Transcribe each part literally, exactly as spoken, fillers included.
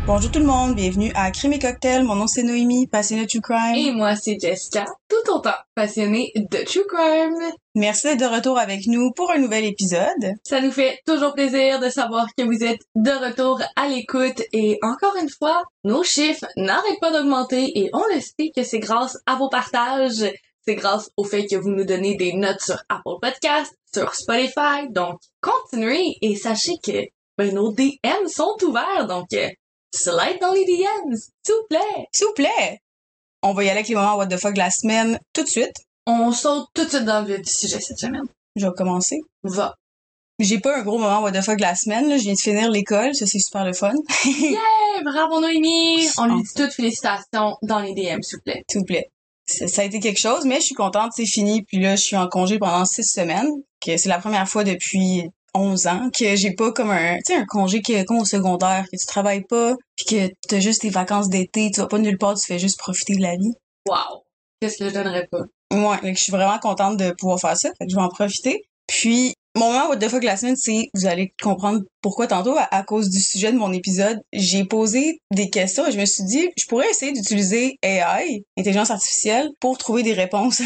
Bonjour tout le monde, bienvenue à Crime et Cocktail. Mon nom c'est Noémie, passionnée de True Crime. Et moi c'est Jessica, tout autant passionnée de True Crime. Merci d'être de retour avec nous pour un nouvel épisode. Ça nous fait toujours plaisir de savoir que vous êtes de retour à l'écoute et encore une fois, nos chiffres n'arrêtent pas d'augmenter et on le sait que c'est grâce à vos partages. C'est grâce au fait que vous nous donnez des notes sur Apple Podcasts, sur Spotify. Donc, continuez et sachez que ben, nos D M sont ouverts. Donc, euh, slide dans les D Ms, s'il vous plaît. S'il vous plaît. On va y aller avec les moments what the fuck de la semaine tout de suite. On saute tout de suite dans le vif du sujet cette semaine. Je vais commencer. Va. J'ai pas un gros moment what the fuck de la semaine. Là. Je viens de finir l'école, ça c'est super le fun. Yeah! Bravo Noémie! On lui dit toutes félicitations dans les D M, s'il vous plaît. S'il vous plaît. Ça, ça a été quelque chose, mais je suis contente, c'est fini. Puis là, je suis en congé pendant six semaines. Que c'est la première fois depuis onze ans que j'ai pas comme un, tu sais, un congé que, comme au secondaire, que tu travailles pas, puis que t'as juste tes vacances d'été, tu vas pas nulle part, tu fais juste profiter de la vie. Wow! Qu'est-ce que je donnerais pas? Ouais, je suis vraiment contente de pouvoir faire ça, fait que je vais en profiter. Puis, mon moment what the fuck de la semaine, c'est, vous allez comprendre pourquoi tantôt, à, à cause du sujet de mon épisode, j'ai posé des questions et je me suis dit, je pourrais essayer d'utiliser A I, intelligence artificielle, pour trouver des réponses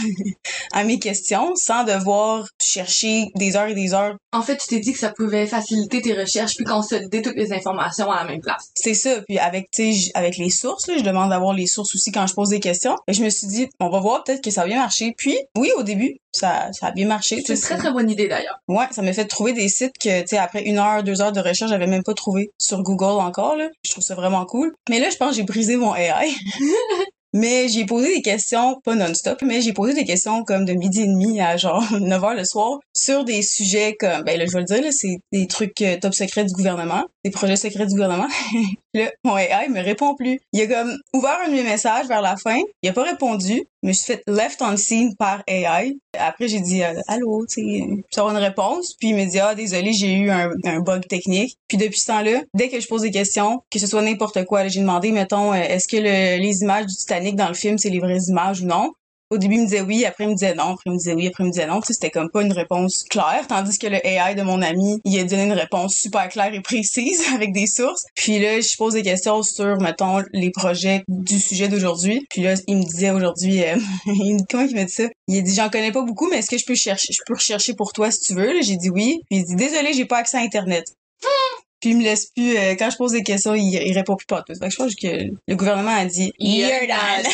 à mes questions sans devoir chercher des heures et des heures. En fait, tu t'es dit que ça pouvait faciliter tes recherches puis consolider toutes les informations à la même place. C'est ça, puis avec, tu sais, avec les sources, là, je demande d'avoir les sources aussi quand je pose des questions. Et je me suis dit, on va voir, peut-être que ça a bien marché. Puis, oui, au début, ça, ça a bien marché. C'est une très très bonne idée d'ailleurs. Ouais, ça m'a fait trouver des sites que, tu sais, après une heure, deux heures de recherche, j'avais même pas trouvé sur Google encore, là. Je trouve ça vraiment cool. Mais là, je pense que j'ai brisé mon A I. Mais j'ai posé des questions, pas non-stop, mais j'ai posé des questions comme de midi et demi à genre neuf heures le soir sur des sujets comme, ben là, je vais le dire, là, c'est des trucs euh, top secrets du gouvernement, des projets secrets du gouvernement. Là, mon A I me répond plus. Il a comme ouvert un de mes messages vers la fin, il a pas répondu, je me suis fait left on scene par A I. Après, j'ai dit euh, allô, tu sais, puis avoir une réponse, puis il me dit ah désolé, j'ai eu un, un bug technique. Puis depuis ce temps-là, dès que je pose des questions, que ce soit n'importe quoi, là, j'ai demandé mettons euh, est-ce que le, les images du Titanic dans le film c'est les vraies images ou non. Au début, il me disait oui, après il me disait non, après il me disait oui, après il me disait non. Tu sais, c'était comme pas une réponse claire, tandis que le A I de mon ami, il a donné une réponse super claire et précise avec des sources. Puis là, je pose des questions sur, mettons, les projets du sujet d'aujourd'hui. Puis là, il me disait aujourd'hui, euh, comment il m'a dit ça? Il a dit, j'en connais pas beaucoup, mais est-ce que je peux chercher, je peux rechercher pour toi si tu veux? Là, j'ai dit oui. Puis il dit, désolé, j'ai pas accès à Internet. Puis il me laisse plus, euh, quand je pose des questions, il, il répond plus pas tout. Fait que je pense que le gouvernement a dit, you're done.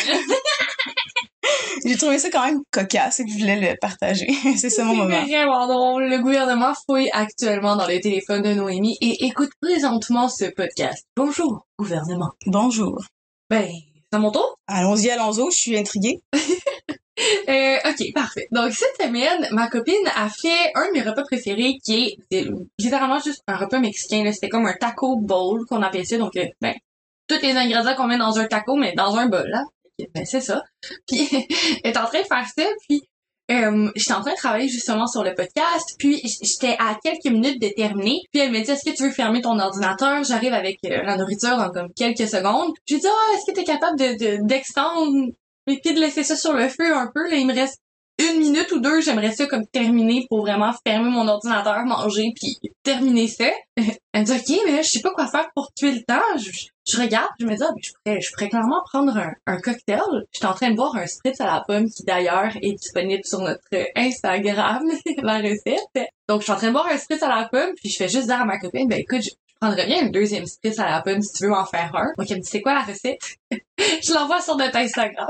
J'ai trouvé ça quand même cocasse et que je voulais le partager. C'est ça mon moment. C'est vraiment drôle. Le gouvernement fouille actuellement dans le téléphone de Noémie et écoute présentement ce podcast. Bonjour, gouvernement. Bonjour. Ben, c'est à mon tour? Allons-y, allons-y, je suis intriguée. euh, ok, parfait. Donc, cette semaine, ma copine a fait un de mes repas préférés qui est littéralement juste un repas mexicain. Là. C'était comme un taco bowl qu'on appelait ça. Donc, euh, ben, tous les ingrédients qu'on met dans un taco, mais dans un bol, là. Ben, c'est ça. Puis, elle est en train de faire ça, puis euh, j'étais en train de travailler justement sur le podcast, puis j'étais à quelques minutes de terminer, puis elle me dit « Est-ce que tu veux fermer ton ordinateur? » J'arrive avec euh, la nourriture dans comme quelques secondes. Je lui dis « Ah, oh, est-ce que t'es capable de, de d'extendre et puis de laisser ça sur le feu un peu? Là, il me reste une minute ou deux, j'aimerais ça comme terminer pour vraiment fermer mon ordinateur, manger, puis terminer ça. » Elle me dit « Ok, mais là, je sais pas quoi faire pour tuer le temps. » Je, je regarde, je me dis « Ah, ben, je pourrais, je pourrais clairement prendre un, un cocktail. » J'étais en train de boire un spritz à la pomme qui d'ailleurs est disponible sur notre Instagram, la recette. Donc, je suis en train de boire un spritz à la pomme, puis je fais juste dire à ma copine « Ben écoute, je, je prendrais bien un deuxième spritz à la pomme si tu veux en faire un. » Donc, elle me dit « C'est quoi la recette? » Je l'envoie sur notre Instagram.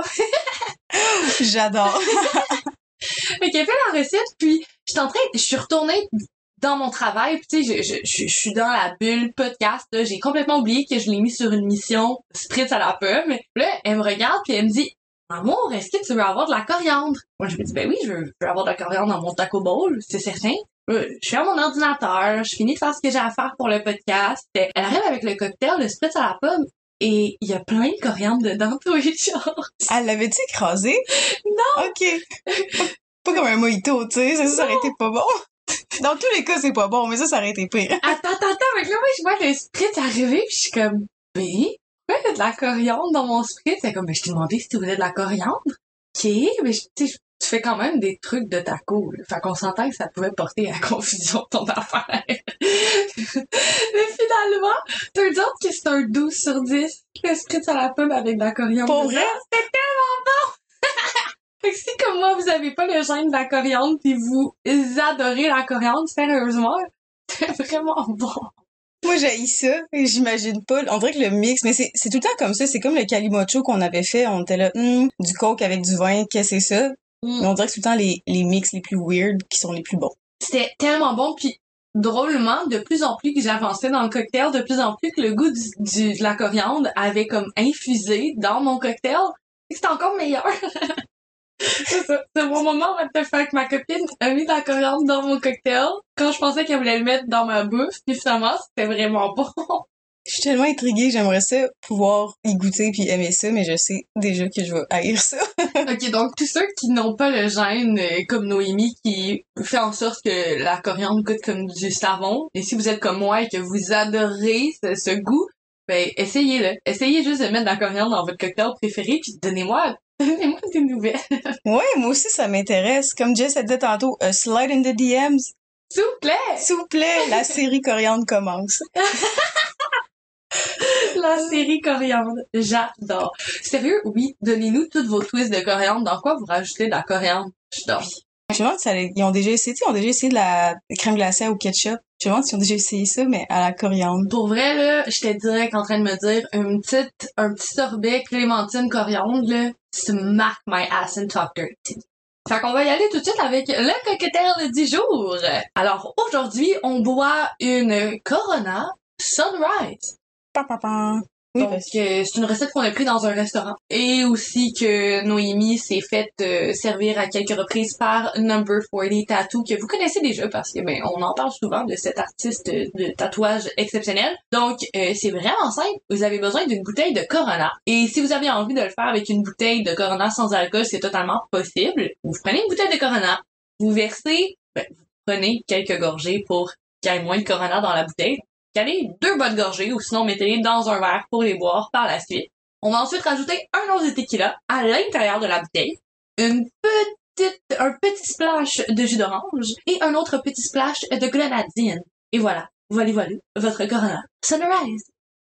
J'adore. Fait qu'elle fait la recette, puis je suis en train, je suis retournée dans mon travail, puis tu sais, je, je, je, je suis dans la bulle podcast, là, j'ai complètement oublié que je l'ai mis sur une mission spritz à la pomme. Là, elle me regarde, puis elle me dit « Amour, est-ce que tu veux avoir de la coriandre? » Moi, je me dis « Ben oui, je veux, je veux avoir de la coriandre dans mon taco bowl, c'est certain. » Je suis à mon ordinateur, je finis de faire ce que j'ai à faire pour le podcast. Elle arrive avec le cocktail, le spritz à la pomme, et il y a plein de coriandre dedans, toi, genre. Elle l'avait-tu écrasé? Non! Ok. Pas comme un mojito, tu sais, ça, ça aurait été pas bon. Dans tous les cas, c'est pas bon, mais ça, ça aurait été pire. Attends, attends, attends, mais là, moi, je vois le spritz arriver, pis je suis comme, ben, pourquoi il y a de la coriandre dans mon spritz? C'est comme, ben, je t'ai demandé si tu voulais de la coriandre. Ok, mais tu sais, tu fais quand même des trucs de taco, là. Fait qu'on s'entend que ça pouvait porter à la confusion ton affaire. Mais finalement, turns out que c'est un douze sur dix. Le spritz à la pomme avec de la coriandre. Pour vrai? C'était tellement bon! Fait que si comme moi, vous avez pas le gène de la coriandre pis vous adorez la coriandre, sérieusement, c'est vraiment bon. Moi, j'haïs ça. Et j'imagine pas. On dirait que le mix, mais c'est, c'est tout le temps comme ça. C'est comme le calimocho qu'on avait fait. On était là, hum, du coke avec du vin, qu'est-ce que c'est ça? Mm. Mais on dirait que c'est tout le temps les, les mix les plus weird qui sont les plus bons. C'était tellement bon pis drôlement, de plus en plus que j'avançais dans le cocktail, de plus en plus que le goût du, du de la coriandre avait comme infusé dans mon cocktail, c'était encore meilleur. C'est ça. C'est mon moment what the fuck. Ma copine a mis de la coriandre dans mon cocktail quand je pensais qu'elle voulait le mettre dans ma bouffe. Puis finalement, c'était vraiment bon. Je suis tellement intriguée. J'aimerais ça pouvoir y goûter puis aimer ça, mais je sais déjà que je vais haïr ça. Ok, donc tous ceux qui n'ont pas le gène, euh, comme Noémie, qui fait en sorte que la coriandre goûte comme du savon, et si vous êtes comme moi et que vous adorez ce, ce goût, ben essayez-le. Essayez juste de mettre de la coriandre dans votre cocktail préféré, puis donnez-moi donnez-moi des nouvelles. Ouais, moi aussi, ça m'intéresse. Comme Jess a dit tantôt, a slide in the D Ms. S'il vous plaît! S'il vous plaît, la série coriandre commence. La série coriandre. J'adore. Sérieux, oui, donnez-nous toutes vos twists de coriandre. Dans quoi vous rajoutez de la coriandre? J'adore. Je me demande si ça, ils ont déjà essayé, ils ont déjà essayé de la crème glacée au ketchup. Je me demande s'ils ont déjà essayé ça, mais à la coriandre. Pour vrai, là, j'étais direct en train de me dire une petite, un petit sorbet clémentine coriandre, là, smack my ass and talk dirty. Fait qu'on va y aller tout de suite avec le cocktail du jour. Alors, aujourd'hui, on boit une Corona Sunrise. Pa, pa, pa. Oui, Donc, parce que euh, c'est une recette qu'on a pris dans un restaurant. Et aussi que Noémie s'est faite euh, servir à quelques reprises par Number forty Tattoo, que vous connaissez déjà parce que, ben, on en parle souvent de cet artiste de tatouage exceptionnel. Donc, euh, c'est vraiment simple. Vous avez besoin d'une bouteille de Corona. Et si vous avez envie de le faire avec une bouteille de Corona sans alcool, c'est totalement possible. Vous prenez une bouteille de Corona, vous versez, ben, vous prenez quelques gorgées pour qu'il y ait moins de Corona dans la bouteille. Calez deux bonnes gorgées ou sinon mettez-les dans un verre pour les boire par la suite. On va ensuite rajouter un once de tequila à l'intérieur de la bouteille, une petite, un petit splash de jus d'orange et un autre petit splash de grenadine. Et voilà, voilà, voilà, votre Corona Sunrise.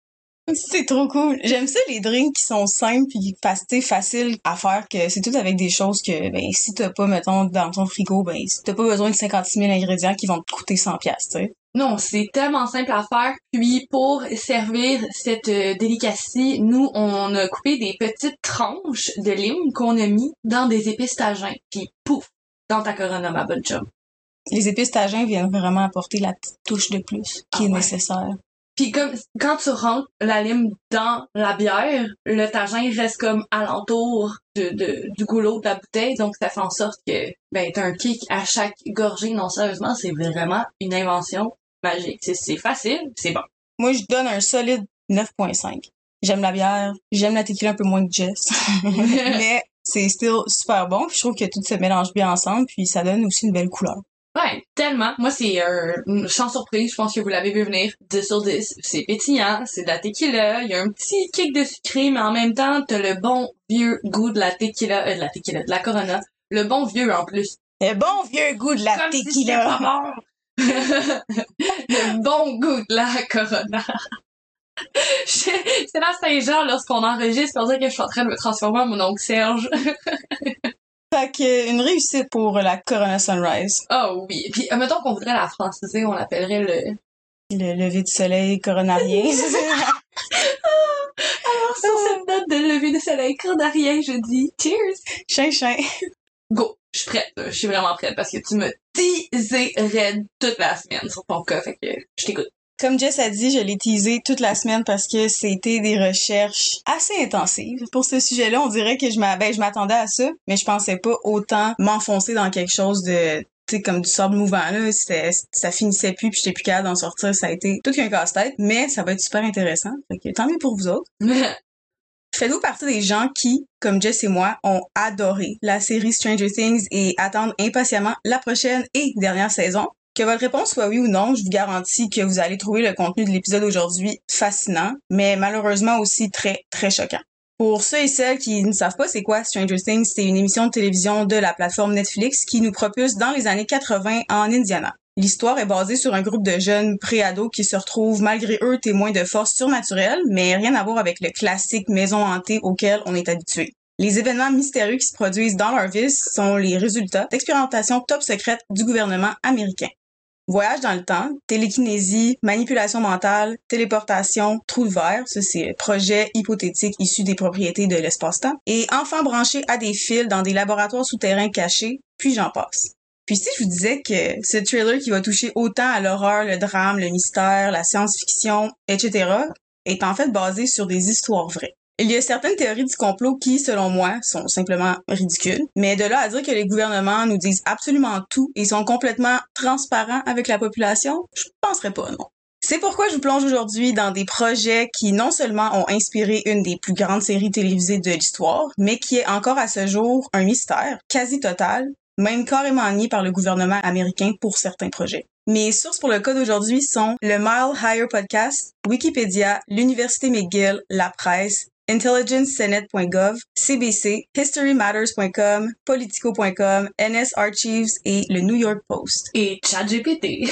c'est trop cool. J'aime ça, les drinks qui sont simples pis faciles, faciles à faire, que c'est tout avec des choses que, ben, si t'as pas, mettons, dans ton frigo, ben, t'as pas besoin de cinquante-six mille ingrédients qui vont te coûter cent piastres, tu sais. Non, c'est tellement simple à faire. Puis pour servir cette euh, délicatie, nous, on a coupé des petites tranches de lime qu'on a mis dans des épices tagine. Puis pouf, dans ta Corona, ma bonne chum. Les épices tagine viennent vraiment apporter la petite touche de plus qui Ah est ouais. nécessaire. Puis comme quand tu rentres la lime dans la bière, le tagine reste comme alentour de, de du goulot de la bouteille, donc ça fait en sorte que ben t'as un kick à chaque gorgée. Non, sérieusement, c'est vraiment une invention magique. C'est, c'est facile, c'est bon. Moi, je donne un solide neuf virgule cinq. J'aime la bière, j'aime la tequila un peu moins que Jess, mais c'est still super bon. Puis je trouve que tout se mélange bien ensemble, puis ça donne aussi une belle couleur. Ouais, tellement. Moi, c'est euh, sans surprise, je pense que vous l'avez vu venir. dix sur dix. C'est pétillant, c'est de la tequila, il y a un petit kick de sucré, mais en même temps, t'as le bon vieux goût de la tequila, euh, de la tequila, de la Corona. Le bon vieux, en plus. Le bon vieux goût de la Comme tequila. si c'était pas bon. Le bon goût de la Corona. C'est la Saint-Jean lorsqu'on enregistre, on dirait que je suis en train de me transformer en mon oncle Serge. Fait que, une réussite pour la Corona Sunrise. Oh oui. Puis, mettons qu'on voudrait la franciser, on l'appellerait le... Le lever du soleil coronarien. Alors, sur cette note de lever du soleil coronarien, je dis cheers! Chin, chin. Go! Je suis prête, je suis vraiment prête parce que tu me teasais raide toute la semaine sur ton cas, fait que je t'écoute. Comme Jess a dit, je l'ai teasé toute la semaine parce que c'était des recherches assez intensives. Pour ce sujet-là, on dirait que je m'a- ben, je m'attendais à ça, mais je pensais pas autant m'enfoncer dans quelque chose de, tu sais, comme du sable mouvant, là. C'était, ça finissait plus puis j'étais plus capable d'en sortir. Ça a été tout qu'un casse-tête, mais ça va être super intéressant. Fait que tant mieux pour vous autres. Faites-vous partie des gens qui, comme Jess et moi, ont adoré la série Stranger Things et attendent impatiemment la prochaine et dernière saison? Que votre réponse soit oui ou non, je vous garantis que vous allez trouver le contenu de l'épisode aujourd'hui fascinant, mais malheureusement aussi très, très choquant. Pour ceux et celles qui ne savent pas c'est quoi Stranger Things, c'est une émission de télévision de la plateforme Netflix qui nous propulse dans les années quatre-vingts en Indiana. L'histoire est basée sur un groupe de jeunes préados qui se retrouvent malgré eux témoins de forces surnaturelles, mais rien à voir avec le classique maison hantée auquel on est habitué. Les événements mystérieux qui se produisent dans leur vie sont les résultats d'expérimentations top secrètes du gouvernement américain. Voyage dans le temps, télékinésie, manipulation mentale, téléportation, trou de verre, ça c'est projet hypothétique issu des propriétés de l'espace-temps, et enfants branchés à des fils dans des laboratoires souterrains cachés, puis j'en passe. Puis si je vous disais que ce thriller qui va toucher autant à l'horreur, le drame, le mystère, la science-fiction, et cetera, est en fait basé sur des histoires vraies. Il y a certaines théories du complot qui, selon moi, sont simplement ridicules, mais de là à dire que les gouvernements nous disent absolument tout et sont complètement transparents avec la population, je penserais pas, non. C'est pourquoi je vous plonge aujourd'hui dans des projets qui non seulement ont inspiré une des plus grandes séries télévisées de l'histoire, mais qui est encore à ce jour un mystère quasi total, même carrément nié par le gouvernement américain pour certains projets. Mes sources pour le cas d'aujourd'hui sont le Mile Higher Podcast, Wikipédia, l'Université McGill, La Presse, intelligence senate point gov, C B C, history matters point com, politico point com, N S Archives et le New York Post. Et ChatGPT.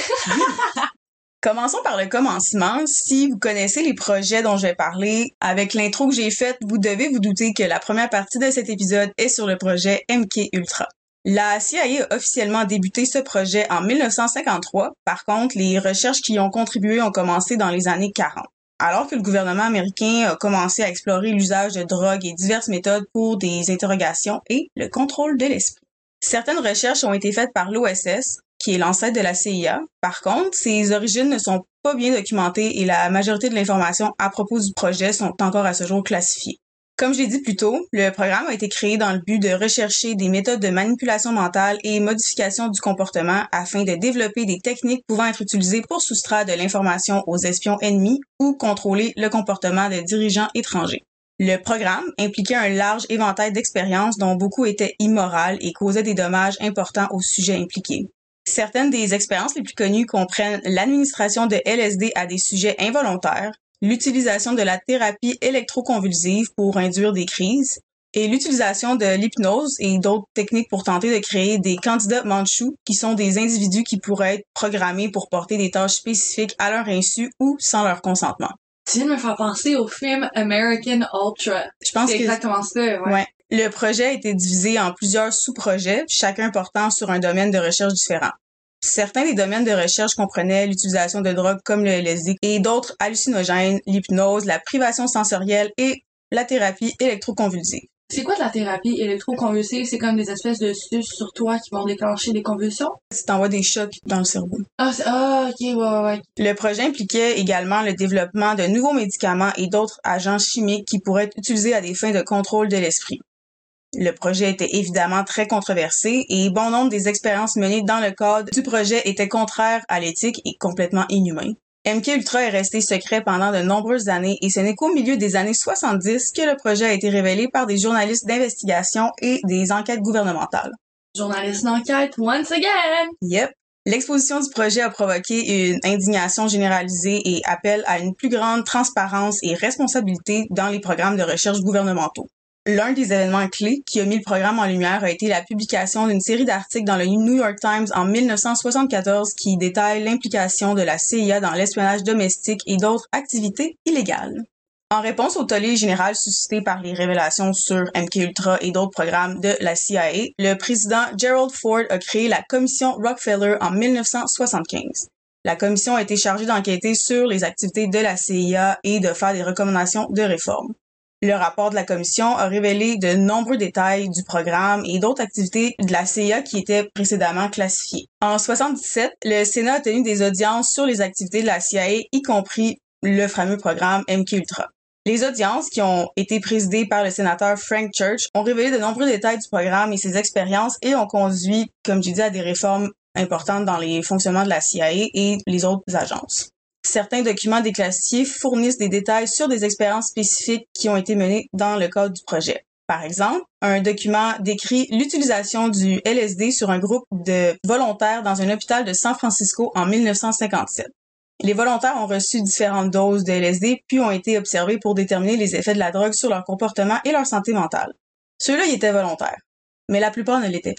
Commençons par le commencement. Si vous connaissez les projets dont je vais parler, avec l'intro que j'ai faite, vous devez vous douter que la première partie de cet épisode est sur le projet M K Ultra. La C I A a officiellement débuté ce projet en mille neuf cent cinquante-trois. Par contre, les recherches qui y ont contribué ont commencé dans les années quarante. Alors que le gouvernement américain a commencé à explorer l'usage de drogues et diverses méthodes pour des interrogations et le contrôle de l'esprit. Certaines recherches ont été faites par l'O S S, qui est l'ancêtre de la C I A. Par contre, ses origines ne sont pas bien documentées et la majorité de l'information à propos du projet sont encore à ce jour classifiées. Comme je l'ai dit plus tôt, le programme a été créé dans le but de rechercher des méthodes de manipulation mentale et modification du comportement afin de développer des techniques pouvant être utilisées pour soustraire de l'information aux espions ennemis ou contrôler le comportement de dirigeants étrangers. Le programme impliquait un large éventail d'expériences dont beaucoup étaient immorales et causaient des dommages importants aux sujets impliqués. Certaines des expériences les plus connues comprennent l'administration de L S D à des sujets involontaires, l'utilisation de la thérapie électroconvulsive pour induire des crises, et l'utilisation de l'hypnose et d'autres techniques pour tenter de créer des candidats mandchous qui sont des individus qui pourraient être programmés pour porter des tâches spécifiques à leur insu ou sans leur consentement. Tu viens de me faire penser au film American Ultra. Je pense C'est que exactement ça, ouais. ouais. Le projet a été divisé en plusieurs sous-projets, chacun portant sur un domaine de recherche différent. Certains des domaines de recherche comprenaient l'utilisation de drogues comme le L S D et d'autres hallucinogènes, l'hypnose, la privation sensorielle et la thérapie électroconvulsive. C'est quoi de la thérapie électroconvulsive? C'est comme des espèces de suces sur toi qui vont déclencher des convulsions? Tu t'envoies des chocs dans le cerveau. Ah, c'est... ah, ok, ouais, ouais, ouais. Le projet impliquait également le développement de nouveaux médicaments et d'autres agents chimiques qui pourraient être utilisés à des fins de contrôle de l'esprit. Le projet était évidemment très controversé et bon nombre des expériences menées dans le cadre du projet étaient contraires à l'éthique et complètement inhumains. M K Ultra est resté secret pendant de nombreuses années et ce n'est qu'au milieu des années soixante-dix que le projet a été révélé par des journalistes d'investigation et des enquêtes gouvernementales. Journaliste d'enquête, once again! Yep. L'exposition du projet a provoqué une indignation généralisée et appelle à une plus grande transparence et responsabilité dans les programmes de recherche gouvernementaux. L'un des événements clés qui a mis le programme en lumière a été la publication d'une série d'articles dans le New York Times en mille neuf cent soixante-quatorze qui détaille l'implication de la C I A dans l'espionnage domestique et d'autres activités illégales. En réponse au tollé général suscité par les révélations sur M K Ultra et d'autres programmes de la C I A, le président Gerald Ford a créé la commission Rockefeller en mille neuf cent soixante-quinze. La commission a été chargée d'enquêter sur les activités de la C I A et de faire des recommandations de réforme. Le rapport de la commission a révélé de nombreux détails du programme et d'autres activités de la C I A qui étaient précédemment classifiées. En soixante-dix-sept, le Sénat a tenu des audiences sur les activités de la C I A, y compris le fameux programme M K Ultra. Les audiences, qui ont été présidées par le sénateur Frank Church, ont révélé de nombreux détails du programme et ses expériences et ont conduit, comme j'ai dit, à des réformes importantes dans les fonctionnements de la C I A et les autres agences. Certains documents déclassifiés fournissent des détails sur des expériences spécifiques qui ont été menées dans le cadre du projet. Par exemple, un document décrit l'utilisation du L S D sur un groupe de volontaires dans un hôpital de San Francisco en mille neuf cent cinquante-sept. Les volontaires ont reçu différentes doses de L S D puis ont été observés pour déterminer les effets de la drogue sur leur comportement et leur santé mentale. Ceux-là y étaient volontaires, mais la plupart ne l'étaient pas.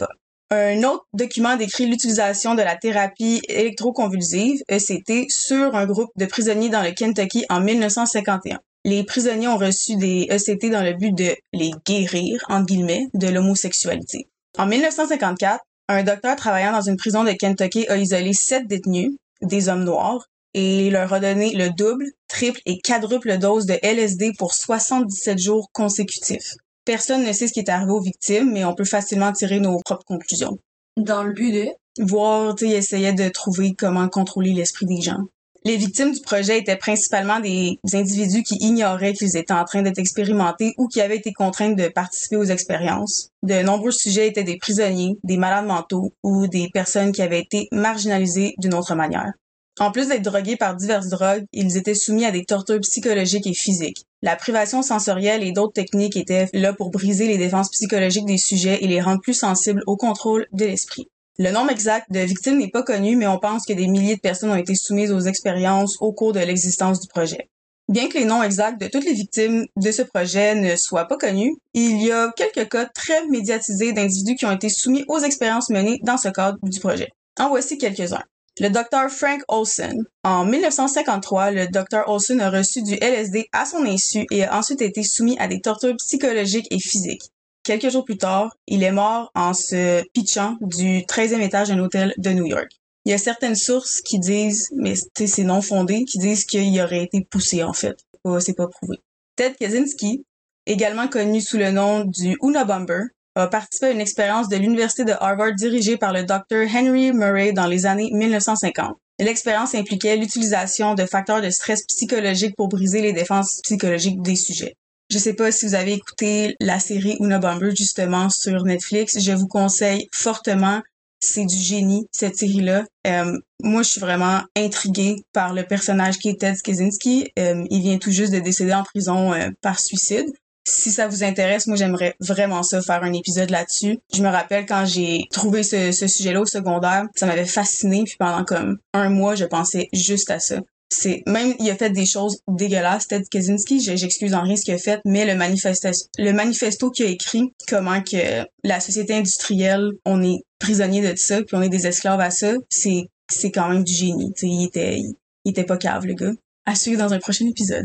Un autre document décrit l'utilisation de la thérapie électroconvulsive, E C T, sur un groupe de prisonniers dans le Kentucky en mille neuf cent cinquante et un. Les prisonniers ont reçu des E C T dans le but de les guérir, entre guillemets, de l'homosexualité. En mille neuf cent cinquante-quatre, un docteur travaillant dans une prison de Kentucky a isolé sept détenus, des hommes noirs, et leur a donné le double, triple et quadruple dose de L S D pour soixante-dix-sept jours consécutifs. Personne ne sait ce qui est arrivé aux victimes, mais on peut facilement tirer nos propres conclusions. Dans le but de... Voir, tu sais, ils essayaient de trouver comment contrôler l'esprit des gens. Les victimes du projet étaient principalement des individus qui ignoraient qu'ils étaient en train d'être expérimentés ou qui avaient été contraints de participer aux expériences. De nombreux sujets étaient des prisonniers, des malades mentaux ou des personnes qui avaient été marginalisées d'une autre manière. En plus d'être drogués par diverses drogues, ils étaient soumis à des tortures psychologiques et physiques. La privation sensorielle et d'autres techniques étaient là pour briser les défenses psychologiques des sujets et les rendre plus sensibles au contrôle de l'esprit. Le nombre exact de victimes n'est pas connu, mais on pense que des milliers de personnes ont été soumises aux expériences au cours de l'existence du projet. Bien que les noms exacts de toutes les victimes de ce projet ne soient pas connus, il y a quelques cas très médiatisés d'individus qui ont été soumis aux expériences menées dans ce cadre du projet. En voici quelques-uns. Le docteur Frank Olson. En mille neuf cent cinquante-trois, le docteur Olson a reçu du L S D à son insu et a ensuite été soumis à des tortures psychologiques et physiques. Quelques jours plus tard, il est mort en se pitchant du treizième étage d'un hôtel de New York. Il y a certaines sources qui disent, mais c'est non fondé, qui disent qu'il aurait été poussé en fait. C'est pas prouvé. Ted Kaczynski, également connu sous le nom du Unabomber, a participé à une expérience de l'université de Harvard dirigée par le docteur Henry Murray dans les années mille neuf cent cinquante. L'expérience impliquait l'utilisation de facteurs de stress psychologique pour briser les défenses psychologiques des sujets. Je sais pas si vous avez écouté la série Unabomber justement sur Netflix. Je vous conseille fortement. C'est du génie, cette série-là. Euh, moi, je suis vraiment intriguée par le personnage qui est Ted Kaczynski. Euh, il vient tout juste de décéder en prison euh, par suicide. Si ça vous intéresse, moi, j'aimerais vraiment ça, faire un épisode là-dessus. Je me rappelle quand j'ai trouvé ce, ce sujet-là au secondaire, ça m'avait fasciné. Puis pendant comme un mois, je pensais juste à ça. C'est même il a fait des choses dégueulasses, Ted Kaczynski, j'excuse en rien ce qu'il a fait, mais le manifesto le manifesto qu'il a écrit, comment que la société industrielle, on est prisonnier de ça, puis on est des esclaves à ça, c'est c'est quand même du génie. T'sais, il était il, il était pas cave le gars. À suivre dans un prochain épisode.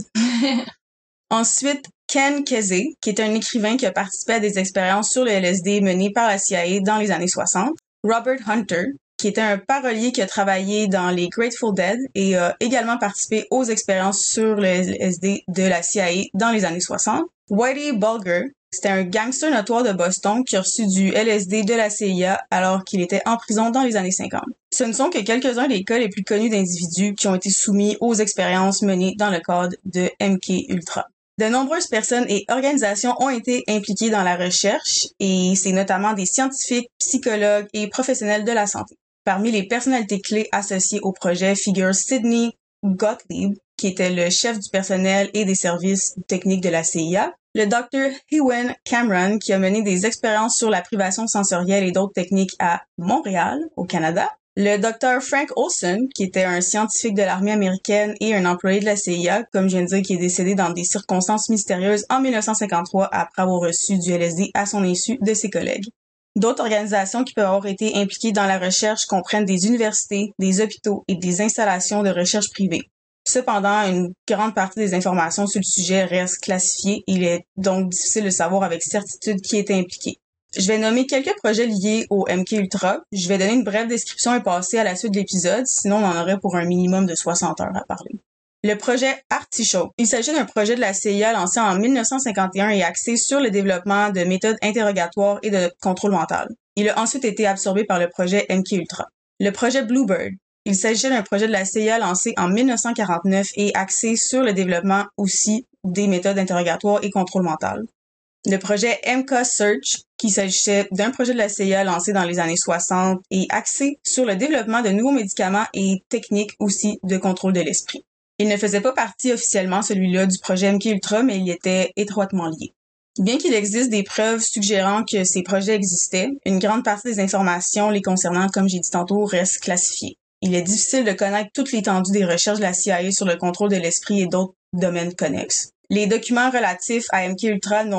Ensuite, Ken Kesey, qui est un écrivain qui a participé à des expériences sur le L S D menées par la C I A dans les années soixante. Robert Hunter, qui était un parolier qui a travaillé dans les Grateful Dead et a également participé aux expériences sur le L S D de la C I A dans les années soixante. Whitey Bulger, c'était un gangster notoire de Boston qui a reçu du L S D de la C I A alors qu'il était en prison dans les années cinquante. Ce ne sont que quelques-uns des cas les plus connus d'individus qui ont été soumis aux expériences menées dans le cadre de M K Ultra. De nombreuses personnes et organisations ont été impliquées dans la recherche et c'est notamment des scientifiques, psychologues et professionnels de la santé. Parmi les personnalités clés associées au projet figure Sidney Gottlieb, qui était le chef du personnel et des services techniques de la C I A, le docteur Ewen Cameron, qui a mené des expériences sur la privation sensorielle et d'autres techniques à Montréal, au Canada, le docteur Frank Olson, qui était un scientifique de l'armée américaine et un employé de la C I A, comme je viens de dire, qui est décédé dans des circonstances mystérieuses en mille neuf cent cinquante-trois après avoir reçu du L S D à son insu de ses collègues. D'autres organisations qui peuvent avoir été impliquées dans la recherche comprennent des universités, des hôpitaux et des installations de recherche privées. Cependant, une grande partie des informations sur le sujet reste classifiée. Il est donc difficile de savoir avec certitude qui était impliqué. Je vais nommer quelques projets liés au M K Ultra. Je vais donner une brève description et passer à la suite de l'épisode, sinon on en aurait pour un minimum de soixante heures à parler. Le projet Artichoke. Il s'agit d'un projet de la C I A lancé en mille neuf cent cinquante et un et axé sur le développement de méthodes interrogatoires et de contrôle mental. Il a ensuite été absorbé par le projet M K Ultra. Le projet Bluebird. Il s'agit d'un projet de la C I A lancé en mille neuf cent quarante-neuf et axé sur le développement aussi des méthodes interrogatoires et contrôle mental. Le projet M K Search, qui s'agissait d'un projet de la C I A lancé dans les années soixante et axé sur le développement de nouveaux médicaments et techniques aussi de contrôle de l'esprit. Il ne faisait pas partie officiellement, celui-là, du projet M K Ultra, mais il était étroitement lié. Bien qu'il existe des preuves suggérant que ces projets existaient, une grande partie des informations les concernant, comme j'ai dit tantôt, reste classifiée. Il est difficile de connaître toute l'étendue des recherches de la C I A sur le contrôle de l'esprit et d'autres domaines connexes. Les documents relatifs à M K Ultra n'ont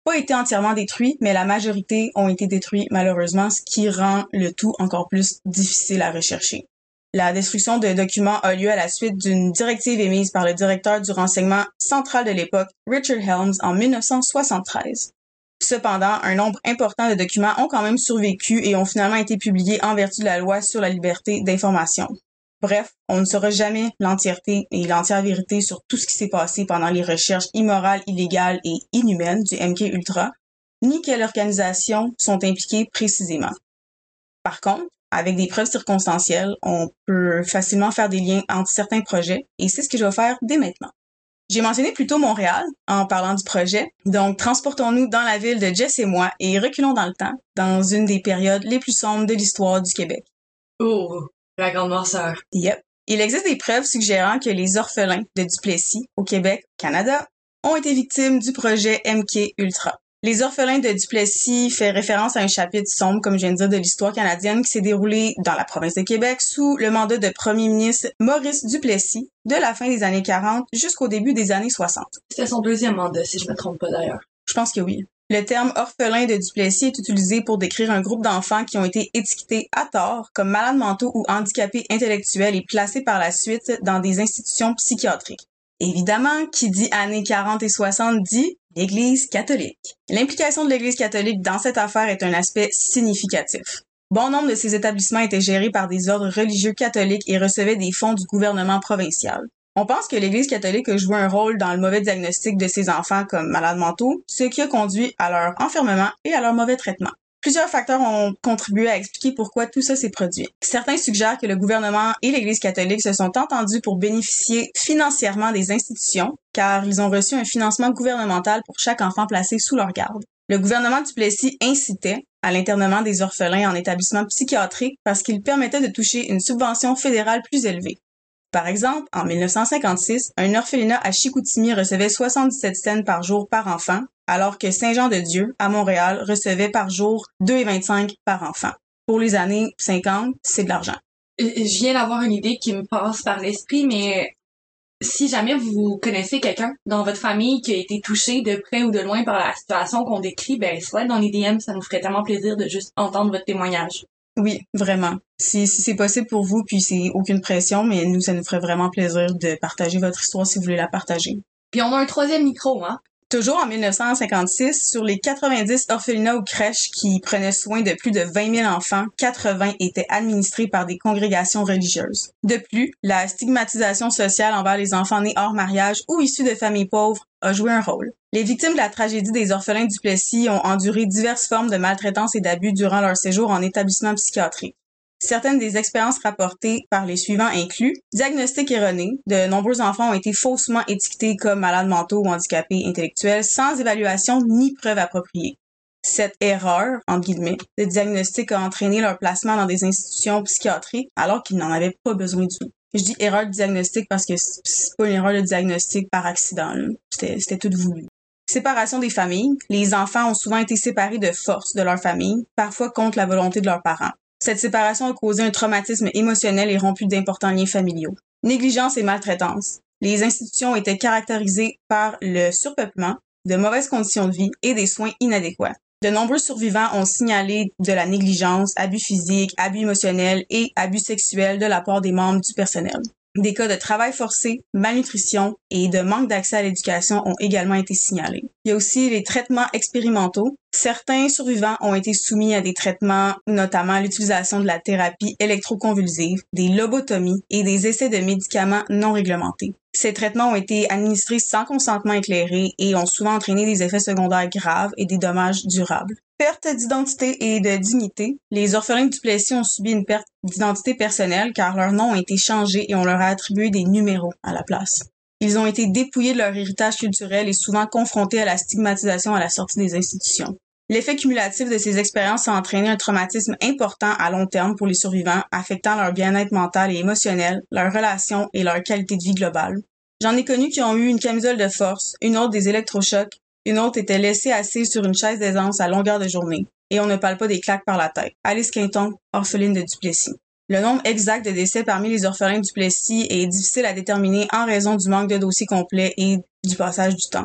pas été entièrement détruits, mais la majorité ont été détruits malheureusement, ce qui rend le tout encore plus difficile à rechercher. La destruction de documents a lieu à la suite d'une directive émise par le directeur du renseignement central de l'époque, Richard Helms, en mille neuf cent soixante-treize. Cependant, un nombre important de documents ont quand même survécu et ont finalement été publiés en vertu de la loi sur la liberté d'information. Bref, on ne saura jamais l'entièreté et l'entière vérité sur tout ce qui s'est passé pendant les recherches immorales, illégales et inhumaines du M K Ultra, ni quelles organisations sont impliquées précisément. Par contre, avec des preuves circonstancielles, on peut facilement faire des liens entre certains projets et c'est ce que je vais faire dès maintenant. J'ai mentionné plus tôt Montréal en parlant du projet, donc transportons-nous dans la ville de Jess et moi et reculons dans le temps, dans une des périodes les plus sombres de l'histoire du Québec. Oh, la grande noirceur. Yep. Il existe des preuves suggérant que les orphelins de Duplessis, au Québec, Canada, ont été victimes du projet M K Ultra. Les orphelins de Duplessis fait référence à un chapitre sombre, comme je viens de dire, de l'histoire canadienne qui s'est déroulé dans la province de Québec sous le mandat de premier ministre Maurice Duplessis de la fin des années quarante jusqu'au début des années soixante. C'était son deuxième mandat, si je me trompe pas d'ailleurs. Je pense que oui. Le terme orphelin de Duplessis est utilisé pour décrire un groupe d'enfants qui ont été étiquetés à tort comme malades mentaux ou handicapés intellectuels et placés par la suite dans des institutions psychiatriques. Évidemment, qui dit années quarante et soixante dit l'Église catholique. L'implication de l'Église catholique dans cette affaire est un aspect significatif. Bon nombre de ces établissements étaient gérés par des ordres religieux catholiques et recevaient des fonds du gouvernement provincial. On pense que l'Église catholique a joué un rôle dans le mauvais diagnostic de ces enfants comme malades mentaux, ce qui a conduit à leur enfermement et à leur mauvais traitement. Plusieurs facteurs ont contribué à expliquer pourquoi tout ça s'est produit. Certains suggèrent que le gouvernement et l'Église catholique se sont entendus pour bénéficier financièrement des institutions, car ils ont reçu un financement gouvernemental pour chaque enfant placé sous leur garde. Le gouvernement Duplessis incitait à l'internement des orphelins en établissement psychiatrique parce qu'il permettait de toucher une subvention fédérale plus élevée. Par exemple, en mille neuf cent cinquante-six, un orphelinat à Chicoutimi recevait soixante-dix-sept cents par jour par enfant, alors que Saint-Jean-de-Dieu, à Montréal, recevait par jour deux virgule vingt-cinq par enfant. Pour les années cinquante, c'est de l'argent. Je viens d'avoir une idée qui me passe par l'esprit, mais si jamais vous connaissez quelqu'un dans votre famille qui a été touché de près ou de loin par la situation qu'on décrit, ben slide dans les D M, ça nous ferait tellement plaisir de juste entendre votre témoignage. Oui, vraiment. Si, si c'est possible pour vous, puis c'est aucune pression, mais nous, ça nous ferait vraiment plaisir de partager votre histoire si vous voulez la partager. Puis on a un troisième micro, hein? Toujours en mille neuf cent cinquante-six, sur les quatre-vingt-dix orphelinats ou crèches qui prenaient soin de plus de vingt mille enfants, quatre-vingts étaient administrés par des congrégations religieuses. De plus, la stigmatisation sociale envers les enfants nés hors mariage ou issus de familles pauvres a joué un rôle. Les victimes de la tragédie des orphelins Duplessis ont enduré diverses formes de maltraitance et d'abus durant leur séjour en établissement psychiatrique. Certaines des expériences rapportées par les suivants incluent diagnostic erroné. De nombreux enfants ont été faussement étiquetés comme malades mentaux ou handicapés intellectuels sans évaluation ni preuve appropriée. Cette erreur, entre guillemets, de diagnostic a entraîné leur placement dans des institutions psychiatriques alors qu'ils n'en avaient pas besoin du tout. Je dis erreur de diagnostic parce que c'est pas une erreur de diagnostic par accident. Là. C'était, c'était tout voulu. Séparation des familles. Les enfants ont souvent été séparés de force de leur famille, parfois contre la volonté de leurs parents. Cette séparation a causé un traumatisme émotionnel et rompu d'importants liens familiaux. Négligence et maltraitance. Les institutions étaient caractérisées par le surpeuplement, de mauvaises conditions de vie et des soins inadéquats. De nombreux survivants ont signalé de la négligence, abus physiques, abus émotionnels et abus sexuels de la part des membres du personnel. Des cas de travail forcé, malnutrition et de manque d'accès à l'éducation ont également été signalés. Il y a aussi les traitements expérimentaux. Certains survivants ont été soumis à des traitements, notamment l'utilisation de la thérapie électroconvulsive, des lobotomies et des essais de médicaments non réglementés. Ces traitements ont été administrés sans consentement éclairé et ont souvent entraîné des effets secondaires graves et des dommages durables. Perte d'identité et de dignité. Les orphelins de Duplessis ont subi une perte d'identité personnelle car leurs noms ont été changés et on leur a attribué des numéros à la place. Ils ont été dépouillés de leur héritage culturel et souvent confrontés à la stigmatisation à la sortie des institutions. L'effet cumulatif de ces expériences a entraîné un traumatisme important à long terme pour les survivants, affectant leur bien-être mental et émotionnel, leurs relations et leur qualité de vie globale. J'en ai connu qui ont eu une camisole de force, une autre des électrochocs, une autre était laissée assise sur une chaise d'aisance à longueur de journée. Et on ne parle pas des claques par la tête. Alice Quinton, orpheline de Duplessis. Le nombre exact de décès parmi les orphelins de Duplessis est difficile à déterminer en raison du manque de dossiers complets et du passage du temps.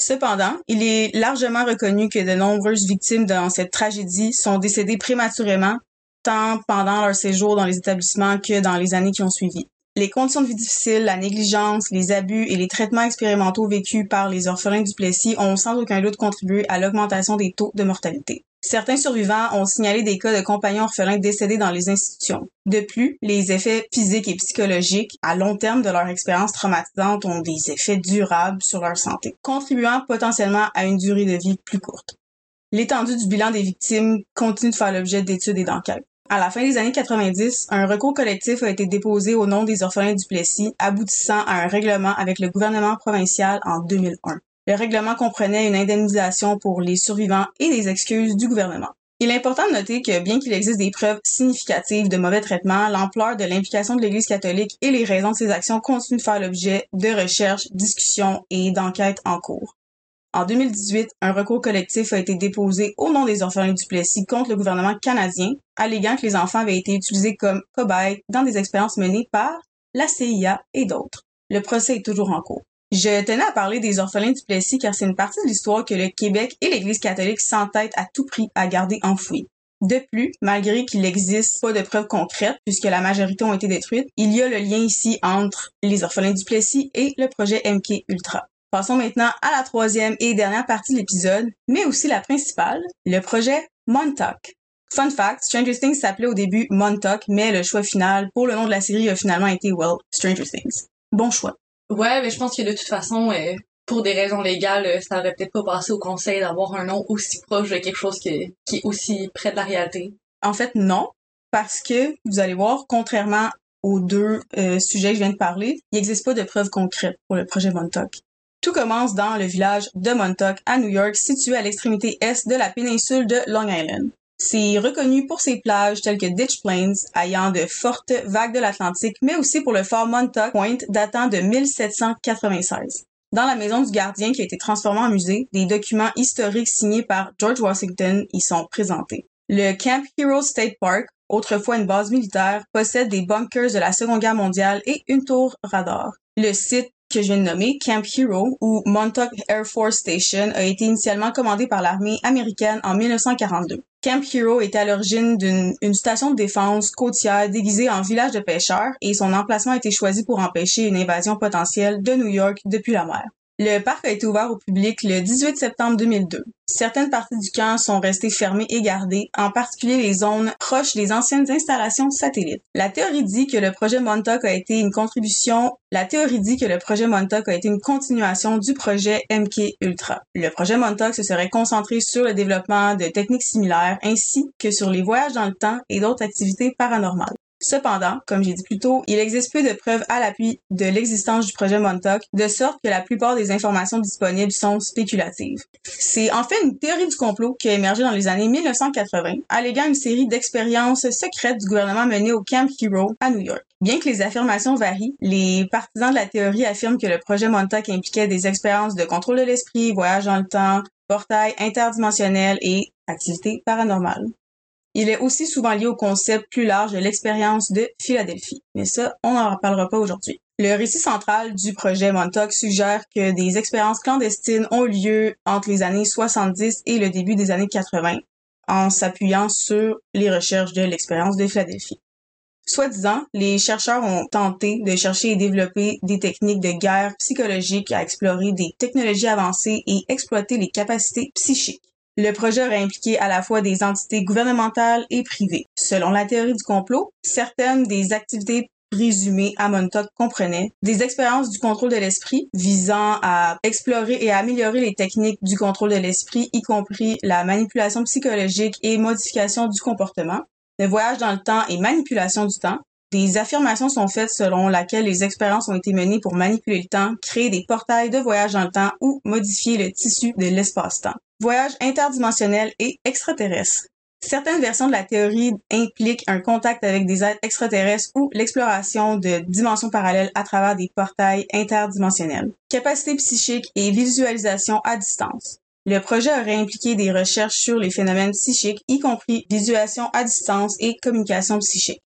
Cependant, il est largement reconnu que de nombreuses victimes dans cette tragédie sont décédées prématurément, tant pendant leur séjour dans les établissements que dans les années qui ont suivi. Les conditions de vie difficiles, la négligence, les abus et les traitements expérimentaux vécus par les orphelins du Plessis ont sans aucun doute contribué à l'augmentation des taux de mortalité. Certains survivants ont signalé des cas de compagnons orphelins décédés dans les institutions. De plus, les effets physiques et psychologiques à long terme de leur expérience traumatisante ont des effets durables sur leur santé, contribuant potentiellement à une durée de vie plus courte. L'étendue du bilan des victimes continue de faire l'objet d'études et d'enquêtes. À la fin des années quatre-vingt-dix, un recours collectif a été déposé au nom des orphelins du Plessis, aboutissant à un règlement avec le gouvernement provincial en deux mille un. Le règlement comprenait une indemnisation pour les survivants et des excuses du gouvernement. Il est important de noter que bien qu'il existe des preuves significatives de mauvais traitements, l'ampleur de l'implication de l'Église catholique et les raisons de ces actions continuent de faire l'objet de recherches, discussions et d'enquêtes en cours. En deux mille dix-huit, un recours collectif a été déposé au nom des orphelins du Plessis contre le gouvernement canadien, alléguant que les enfants avaient été utilisés comme cobayes dans des expériences menées par la C I A et d'autres. Le procès est toujours en cours. Je tenais à parler des orphelins du Plessis car c'est une partie de l'histoire que le Québec et l'Église catholique s'entêtent à tout prix à garder enfouie. De plus, malgré qu'il n'existe pas de preuves concrètes puisque la majorité ont été détruites, il y a le lien ici entre les orphelins du Plessis et le projet M K Ultra. Passons maintenant à la troisième et dernière partie de l'épisode, mais aussi la principale, le projet Montauk. Fun fact, Stranger Things s'appelait au début Montauk, mais le choix final pour le nom de la série a finalement été, well, Stranger Things. Bon choix. Ouais, mais je pense que de toute façon, euh, pour des raisons légales, euh, ça aurait peut-être pas passé au conseil d'avoir un nom aussi proche de quelque chose que, qui est aussi près de la réalité. En fait, non, parce que, vous allez voir, contrairement aux deux euh, sujets que je viens de parler, il n'existe pas de preuves concrètes pour le projet Montauk. Tout commence dans le village de Montauk, à New York, situé à l'extrémité est de la péninsule de Long Island. C'est reconnu pour ses plages telles que Ditch Plains, ayant de fortes vagues de l'Atlantique, mais aussi pour le fort Montauk Point datant de mille sept cent quatre-vingt-seize. Dans la maison du gardien qui a été transformée en musée, des documents historiques signés par George Washington y sont présentés. Le Camp Hero State Park, autrefois une base militaire, possède des bunkers de la Seconde Guerre mondiale et une tour radar. Le site que je viens de nommer, Camp Hero, ou Montauk Air Force Station, a été initialement commandé par l'armée américaine en mille neuf cent quarante-deux. Camp Hero était à l'origine d'une une station de défense côtière déguisée en village de pêcheurs et son emplacement a été choisi pour empêcher une invasion potentielle de New York depuis la mer. Le parc a été ouvert au public le dix-huit septembre deux mille deux. Certaines parties du camp sont restées fermées et gardées, en particulier les zones proches des anciennes installations satellites. La théorie dit que le projet Montauk a été une contribution, la théorie dit que le projet Montauk a été une continuation du projet M K Ultra. Le projet Montauk se serait concentré sur le développement de techniques similaires ainsi que sur les voyages dans le temps et d'autres activités paranormales. Cependant, comme j'ai dit plus tôt, il existe peu de preuves à l'appui de l'existence du projet Montauk, de sorte que la plupart des informations disponibles sont spéculatives. C'est en fait une théorie du complot qui a émergé dans les années mille neuf cent quatre-vingts, alléguant une série d'expériences secrètes du gouvernement menées au Camp Hero à New York. Bien que les affirmations varient, les partisans de la théorie affirment que le projet Montauk impliquait des expériences de contrôle de l'esprit, voyage dans le temps, portail interdimensionnel et activités paranormales. Il est aussi souvent lié au concept plus large de l'expérience de Philadelphie. Mais ça, on n'en reparlera pas aujourd'hui. Le récit central du projet Montauk suggère que des expériences clandestines ont lieu entre les années soixante-dix et le début des années quatre-vingts, en s'appuyant sur les recherches de l'expérience de Philadelphie. Soi-disant, les chercheurs ont tenté de chercher et développer des techniques de guerre psychologique à explorer des technologies avancées et exploiter les capacités psychiques. Le projet aurait impliqué à la fois des entités gouvernementales et privées. Selon la théorie du complot, certaines des activités présumées à Montauk comprenaient des expériences du contrôle de l'esprit visant à explorer et à améliorer les techniques du contrôle de l'esprit, y compris la manipulation psychologique et modification du comportement, le voyage dans le temps et manipulation du temps. Des affirmations sont faites selon laquelle les expériences ont été menées pour manipuler le temps, créer des portails de voyage dans le temps ou modifier le tissu de l'espace-temps. Voyage interdimensionnel et extraterrestre. Certaines versions de la théorie impliquent un contact avec des êtres extraterrestres ou l'exploration de dimensions parallèles à travers des portails interdimensionnels. Capacité psychique et visualisation à distance. Le projet aurait impliqué des recherches sur les phénomènes psychiques, y compris visualisation à distance et communication psychique.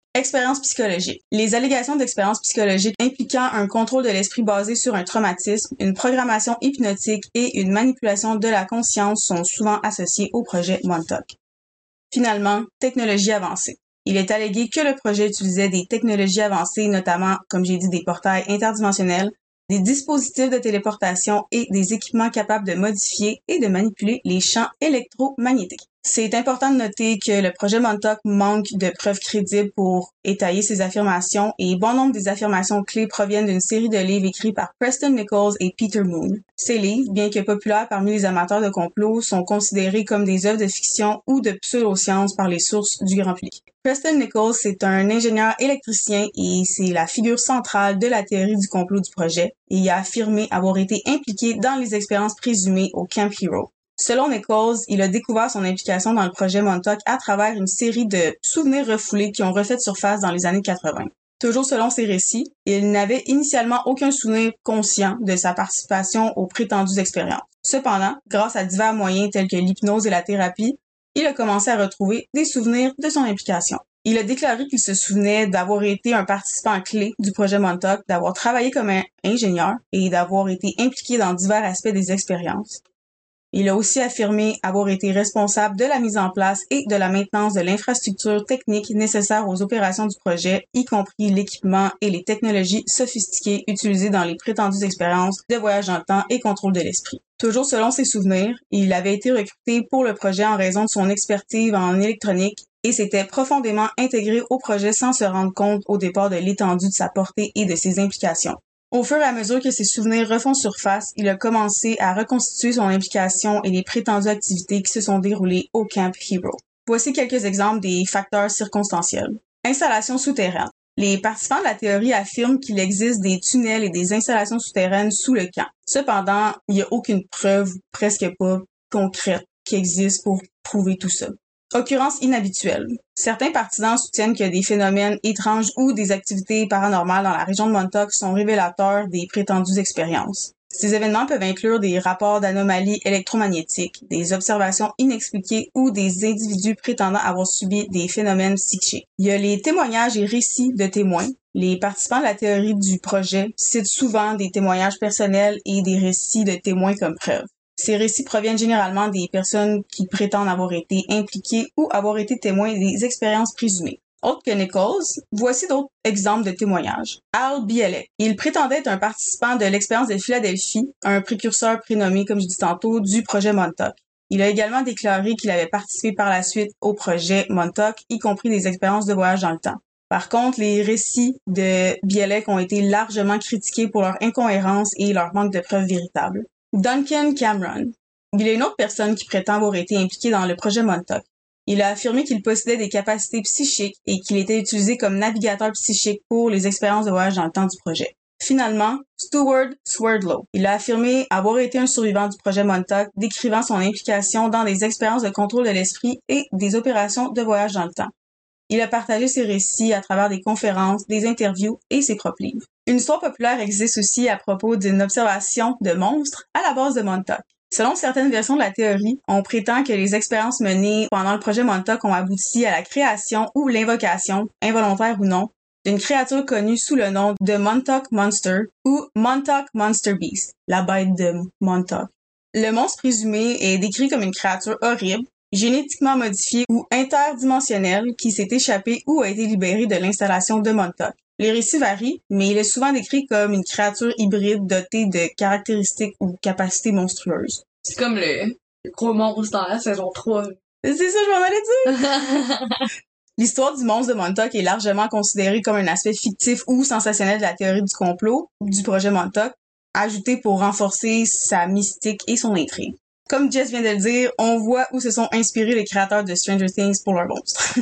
Expérience psychologique. Les allégations d'expérience psychologique impliquant un contrôle de l'esprit basé sur un traumatisme, une programmation hypnotique et une manipulation de la conscience sont souvent associées au projet Montauk. Finalement, technologie avancée. Il est allégué que le projet utilisait des technologies avancées, notamment, comme j'ai dit, des portails interdimensionnels, des dispositifs de téléportation et des équipements capables de modifier et de manipuler les champs électromagnétiques. C'est important de noter que le projet Montauk manque de preuves crédibles pour étayer ses affirmations et bon nombre des affirmations clés proviennent d'une série de livres écrits par Preston Nichols et Peter Moon. Ces livres, bien que populaires parmi les amateurs de complot, sont considérés comme des œuvres de fiction ou de pseudo-science par les sources du grand public. Preston Nichols est un ingénieur électricien et c'est la figure centrale de la théorie du complot du projet et il a affirmé avoir été impliqué dans les expériences présumées au Camp Hero. Selon Nichols, il a découvert son implication dans le projet Montauk à travers une série de souvenirs refoulés qui ont refait surface dans les années quatre-vingt. Toujours selon ses récits, il n'avait initialement aucun souvenir conscient de sa participation aux prétendues expériences. Cependant, grâce à divers moyens tels que l'hypnose et la thérapie, il a commencé à retrouver des souvenirs de son implication. Il a déclaré qu'il se souvenait d'avoir été un participant clé du projet Montauk, d'avoir travaillé comme un ingénieur et d'avoir été impliqué dans divers aspects des expériences. Il a aussi affirmé avoir été responsable de la mise en place et de la maintenance de l'infrastructure technique nécessaire aux opérations du projet, y compris l'équipement et les technologies sophistiquées utilisées dans les prétendues expériences de voyage dans le temps et contrôle de l'esprit. Toujours selon ses souvenirs, il avait été recruté pour le projet en raison de son expertise en électronique et s'était profondément intégré au projet sans se rendre compte au départ de l'étendue de sa portée et de ses implications. Au fur et à mesure que ses souvenirs refont surface, il a commencé à reconstituer son implication et les prétendues activités qui se sont déroulées au Camp Hero. Voici quelques exemples des facteurs circonstanciels. Installation souterraine. Les participants de la théorie affirment qu'il existe des tunnels et des installations souterraines sous le camp. Cependant, il n'y a aucune preuve, presque pas, concrète qui existe pour prouver tout ça. Occurrence inhabituelle. Certains partisans soutiennent que des phénomènes étranges ou des activités paranormales dans la région de Montauk sont révélateurs des prétendues expériences. Ces événements peuvent inclure des rapports d'anomalies électromagnétiques, des observations inexpliquées ou des individus prétendant avoir subi des phénomènes psychiques. Il y a les témoignages et récits de témoins. Les participants de la théorie du projet citent souvent des témoignages personnels et des récits de témoins comme preuve. Ces récits proviennent généralement des personnes qui prétendent avoir été impliquées ou avoir été témoins des expériences présumées. Autre que Nichols, voici d'autres exemples de témoignages. Al Bielek. Il prétendait être un participant de l'expérience de Philadelphie, un précurseur prénommé, comme je dis tantôt, du projet Montauk. Il a également déclaré qu'il avait participé par la suite au projet Montauk, y compris des expériences de voyage dans le temps. Par contre, les récits de Bielek ont été largement critiqués pour leur incohérence et leur manque de preuves véritables. Duncan Cameron. Il y a une autre personne qui prétend avoir été impliquée dans le projet Montauk. Il a affirmé qu'il possédait des capacités psychiques et qu'il était utilisé comme navigateur psychique pour les expériences de voyage dans le temps du projet. Finalement, Stuart Swerdlow. Il a affirmé avoir été un survivant du projet Montauk, décrivant son implication dans des expériences de contrôle de l'esprit et des opérations de voyage dans le temps. Il a partagé ses récits à travers des conférences, des interviews et ses propres livres. Une histoire populaire existe aussi à propos d'une observation de monstres à la base de Montauk. Selon certaines versions de la théorie, on prétend que les expériences menées pendant le projet Montauk ont abouti à la création ou l'invocation, involontaire ou non, d'une créature connue sous le nom de Montauk Monster ou Montauk Monster Beast, la bête de Montauk. Le monstre présumé est décrit comme une créature horrible, génétiquement modifiée ou interdimensionnelle qui s'est échappée ou a été libérée de l'installation de Montauk. Les récits varient, mais il est souvent décrit comme une créature hybride dotée de caractéristiques ou capacités monstrueuses. C'est comme le, le gros monstre dans la saison trois. C'est ça, je m'en allais dire! L'histoire du monstre de Montauk est largement considérée comme un aspect fictif ou sensationnel de la théorie du complot du projet Montauk, ajouté pour renforcer sa mystique et son intrigue. Comme Jess vient de le dire, on voit où se sont inspirés les créateurs de Stranger Things pour leurs monstres.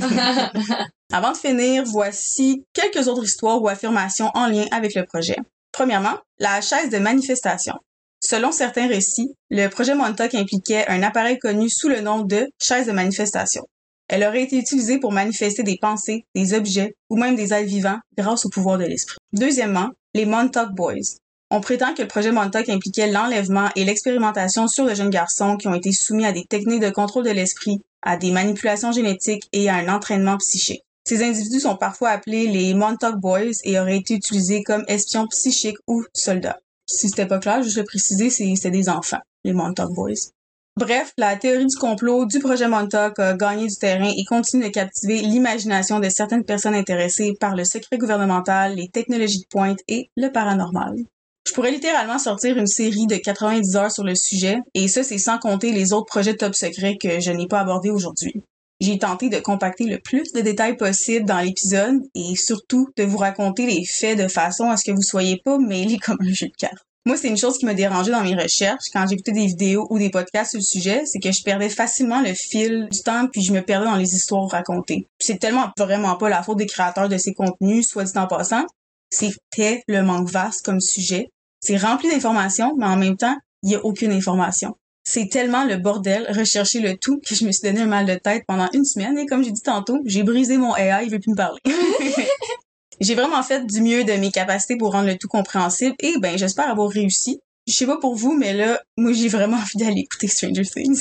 Avant de finir, voici quelques autres histoires ou affirmations en lien avec le projet. Premièrement, la chaise de manifestation. Selon certains récits, le projet Montauk impliquait un appareil connu sous le nom de chaise de manifestation. Elle aurait été utilisée pour manifester des pensées, des objets ou même des êtres vivants grâce au pouvoir de l'esprit. Deuxièmement, les Montauk Boys. On prétend que le projet Montauk impliquait l'enlèvement et l'expérimentation sur de jeunes garçons qui ont été soumis à des techniques de contrôle de l'esprit, à des manipulations génétiques et à un entraînement psychique. Ces individus sont parfois appelés les Montauk Boys et auraient été utilisés comme espions psychiques ou soldats. Si c'était pas clair, juste le préciser, c'est, c'était des enfants, les Montauk Boys. Bref, la théorie du complot du projet Montauk a gagné du terrain et continue de captiver l'imagination de certaines personnes intéressées par le secret gouvernemental, les technologies de pointe et le paranormal. Je pourrais littéralement sortir une série de quatre-vingt-dix heures sur le sujet, et ça, c'est sans compter les autres projets top secrets que je n'ai pas abordés aujourd'hui. J'ai tenté de compacter le plus de détails possible dans l'épisode et surtout de vous raconter les faits de façon à ce que vous soyez pas mêlés comme un jeu de cartes. Moi, c'est une chose qui m'a dérangée dans mes recherches quand j'écoutais des vidéos ou des podcasts sur le sujet, c'est que je perdais facilement le fil du temps puis je me perdais dans les histoires racontées. Puis c'est tellement vraiment pas la faute des créateurs de ces contenus, soit dit en passant. C'est tellement vaste comme sujet. C'est rempli d'informations, mais en même temps, il y a aucune information. C'est tellement le bordel, rechercher le tout, que je me suis donné un mal de tête pendant une semaine et comme j'ai dit tantôt, j'ai brisé mon A I, il veut plus me parler. J'ai vraiment fait du mieux de mes capacités pour rendre le tout compréhensible et ben j'espère avoir réussi. Je sais pas pour vous, mais là, moi j'ai vraiment envie d'aller écouter Stranger Things.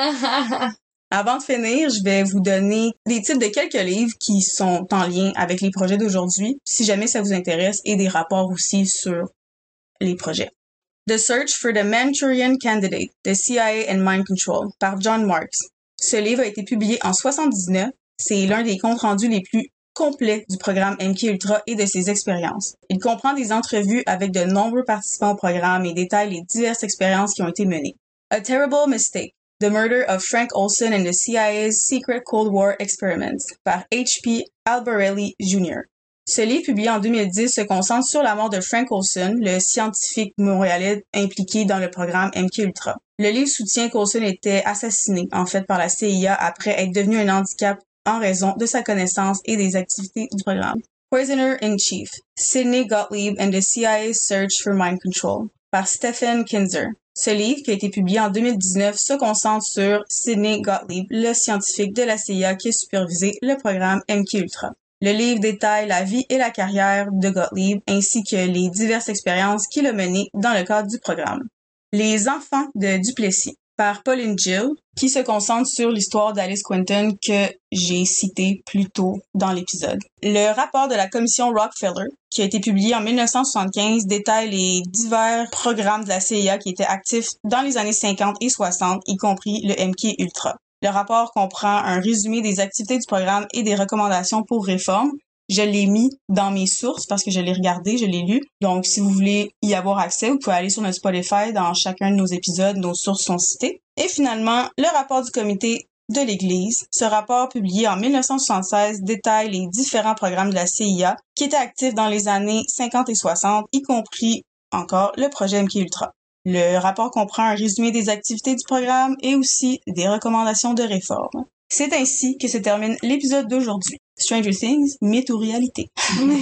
Avant de finir, je vais vous donner des titres de quelques livres qui sont en lien avec les projets d'aujourd'hui, si jamais ça vous intéresse, et des rapports aussi sur les projets. The Search for the Manchurian Candidate, The C I A and Mind Control, par John Marks. Ce livre a été publié en soixante-dix-neuf. C'est l'un des comptes rendus les plus complet du programme M K Ultra et de ses expériences. Il comprend des entrevues avec de nombreux participants au programme et détaille les diverses expériences qui ont été menées. A Terrible Mistake, The Murder of Frank Olson and the C I A's Secret Cold War Experiments, par H P Albarelli Junior Ce livre, publié en deux mille dix, se concentre sur la mort de Frank Olson, le scientifique montréalais impliqué dans le programme M K Ultra. Le livre soutient qu'Olson était assassiné, en fait, par la C I A après être devenu un handicap en raison de sa connaissance et des activités du programme. Poisoner in Chief, Sidney Gottlieb and the C I A's Search for Mind Control, par Stephen Kinzer. Ce livre, qui a été publié en deux mille dix-neuf, se concentre sur Sidney Gottlieb, le scientifique de la C I A qui a supervisé le programme M K Ultra. Le livre détaille la vie et la carrière de Gottlieb, ainsi que les diverses expériences qu'il a menées dans le cadre du programme. Les enfants de Duplessis, par Pauline Jill, qui se concentre sur l'histoire d'Alice Quinton que j'ai citée plus tôt dans l'épisode. Le rapport de la commission Rockefeller, qui a été publié en dix-neuf cent soixante-quinze, détaille les divers programmes de la C I A qui étaient actifs dans les années cinquante et soixante, y compris le M K Ultra. Le rapport comprend un résumé des activités du programme et des recommandations pour réforme. Je l'ai mis dans mes sources parce que je l'ai regardé, je l'ai lu. Donc, si vous voulez y avoir accès, vous pouvez aller sur notre Spotify. Dans chacun de nos épisodes, nos sources sont citées. Et finalement, le rapport du comité de l'Église. Ce rapport, publié en dix-neuf cent soixante-seize, détaille les différents programmes de la C I A qui étaient actifs dans les années cinquante et soixante, y compris encore le projet M K Ultra. Le rapport comprend un résumé des activités du programme et aussi des recommandations de réforme. C'est ainsi que se termine l'épisode d'aujourd'hui. Stranger Things, mythe ou réalité?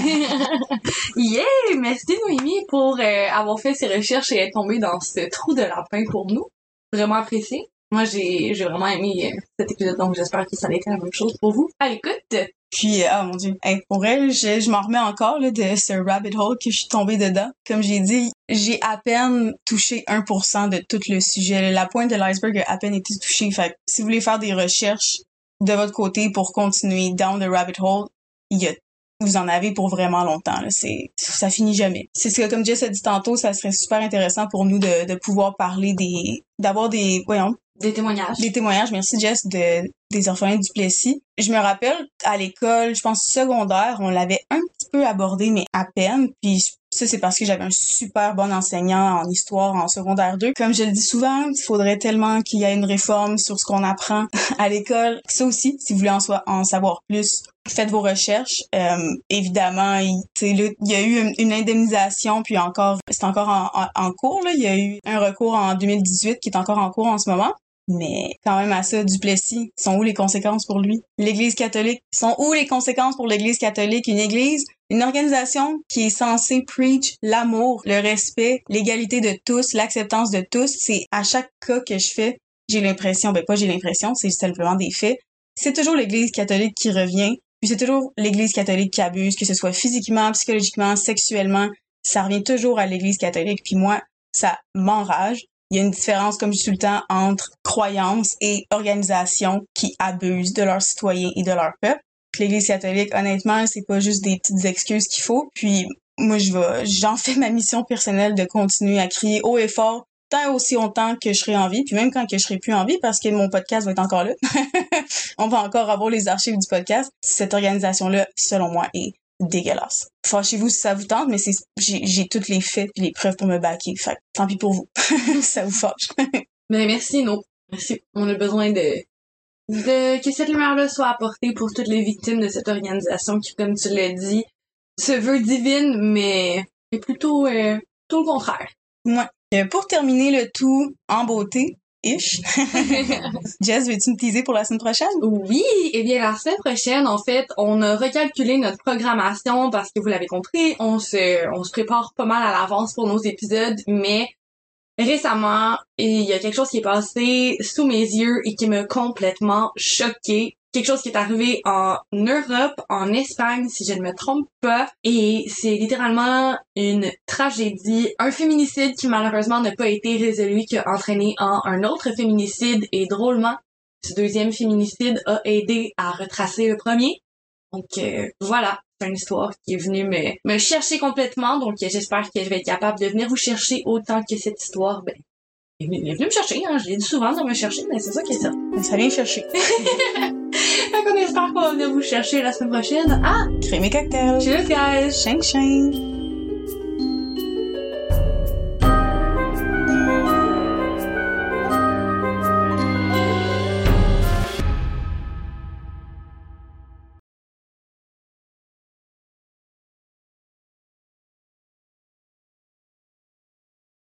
Yeah! Merci Noémie pour euh, avoir fait ces recherches et être tombée dans ce trou de lapin pour nous. Vraiment apprécié. Moi, j'ai j'ai vraiment aimé euh, cet épisode, donc j'espère que ça a été la même chose pour vous. À l'écoute! Puis, ah mon Dieu, hey, pour elle, je, je m'en remets encore là, de ce rabbit hole que je suis tombée dedans. Comme j'ai dit, j'ai à peine touché un pour cent de tout le sujet. La pointe de l'iceberg a à peine été touchée. Fait que si vous voulez faire des recherches de votre côté pour continuer down the rabbit hole, il y a, vous en avez pour vraiment longtemps. Là. C'est, ça finit jamais. C'est ce que, comme Jess a dit tantôt, ça serait super intéressant pour nous de, de pouvoir parler des, d'avoir des, voyons, Des témoignages. Des témoignages, merci Jess, de, des orphelins du Duplessis. Je me rappelle, à l'école, je pense secondaire, on l'avait un petit peu abordé, mais à peine. Puis ça, c'est parce que j'avais un super bon enseignant en histoire en secondaire deux. Comme je le dis souvent, il faudrait tellement qu'il y ait une réforme sur ce qu'on apprend à l'école. Ça aussi, si vous voulez en, so- en savoir plus, faites vos recherches. Euh, évidemment, il, là, il y a eu une, une indemnisation, puis encore, c'est encore en, en, en cours. Là. Il y a eu un recours en deux mille dix-huit qui est encore en cours en ce moment. Mais quand même à ça, Duplessis, sont où les conséquences pour lui? L'Église catholique, sont où les conséquences pour l'Église catholique? Une église, une organisation qui est censée preach l'amour, le respect, l'égalité de tous, l'acceptance de tous. C'est à chaque cas que je fais, j'ai l'impression, ben pas j'ai l'impression, c'est simplement des faits. C'est toujours l'Église catholique qui revient, puis c'est toujours l'Église catholique qui abuse, que ce soit physiquement, psychologiquement, sexuellement, ça revient toujours à l'Église catholique. Puis moi, ça m'enrage. Il y a une différence, comme je dis tout le temps, entre croyances et organisations qui abusent de leurs citoyens et de leur peuple. l'Église catholique, honnêtement, c'est pas juste des petites excuses qu'il faut. Puis moi, je vais, j'en fais ma mission personnelle de continuer à crier haut et fort tant et aussi longtemps que je serai en vie, puis même quand que je serai plus en vie, parce que mon podcast va être encore là. On va encore avoir les archives du podcast. Cette organisation-là, selon moi, est dégueulasse. Fâchez-vous si ça vous tente, mais c'est j'ai, j'ai toutes les faits et les preuves pour me backer. Fait que tant pis pour vous. Ça vous fâche. Mais merci, non. Merci. On a besoin de, de que cette lumière-là soit apportée pour toutes les victimes de cette organisation qui, comme tu l'as dit, se veut divine, mais est plutôt, euh, tout le contraire. Ouais. Euh, pour terminer le tout en beauté, ish. Jess, veux-tu me teaser pour la semaine prochaine? Oui, eh bien la semaine prochaine, en fait, on a recalculé notre programmation parce que vous l'avez compris, on se, on se prépare pas mal à l'avance pour nos épisodes, mais récemment, il y a quelque chose qui est passé sous mes yeux et qui m'a complètement choquée. Quelque chose qui est arrivé en Europe, en Espagne, si je ne me trompe pas. Et c'est littéralement une tragédie. Un féminicide qui malheureusement n'a pas été résolu, qui a entraîné en un autre féminicide. Et drôlement, ce deuxième féminicide a aidé à retracer le premier. Donc euh, voilà, c'est une histoire qui est venue me, me chercher complètement. Donc j'espère que je vais être capable de venir vous chercher autant que cette histoire. Ben, elle est venue me chercher, hein. Je l'ai dit souvent de me chercher, mais c'est ça qui est ça. Ça vient chercher. Fait qu'on espère qu'on va venir vous chercher la semaine prochaine. Ah! Crémer cocktail. Cheers, guys! Ching ching.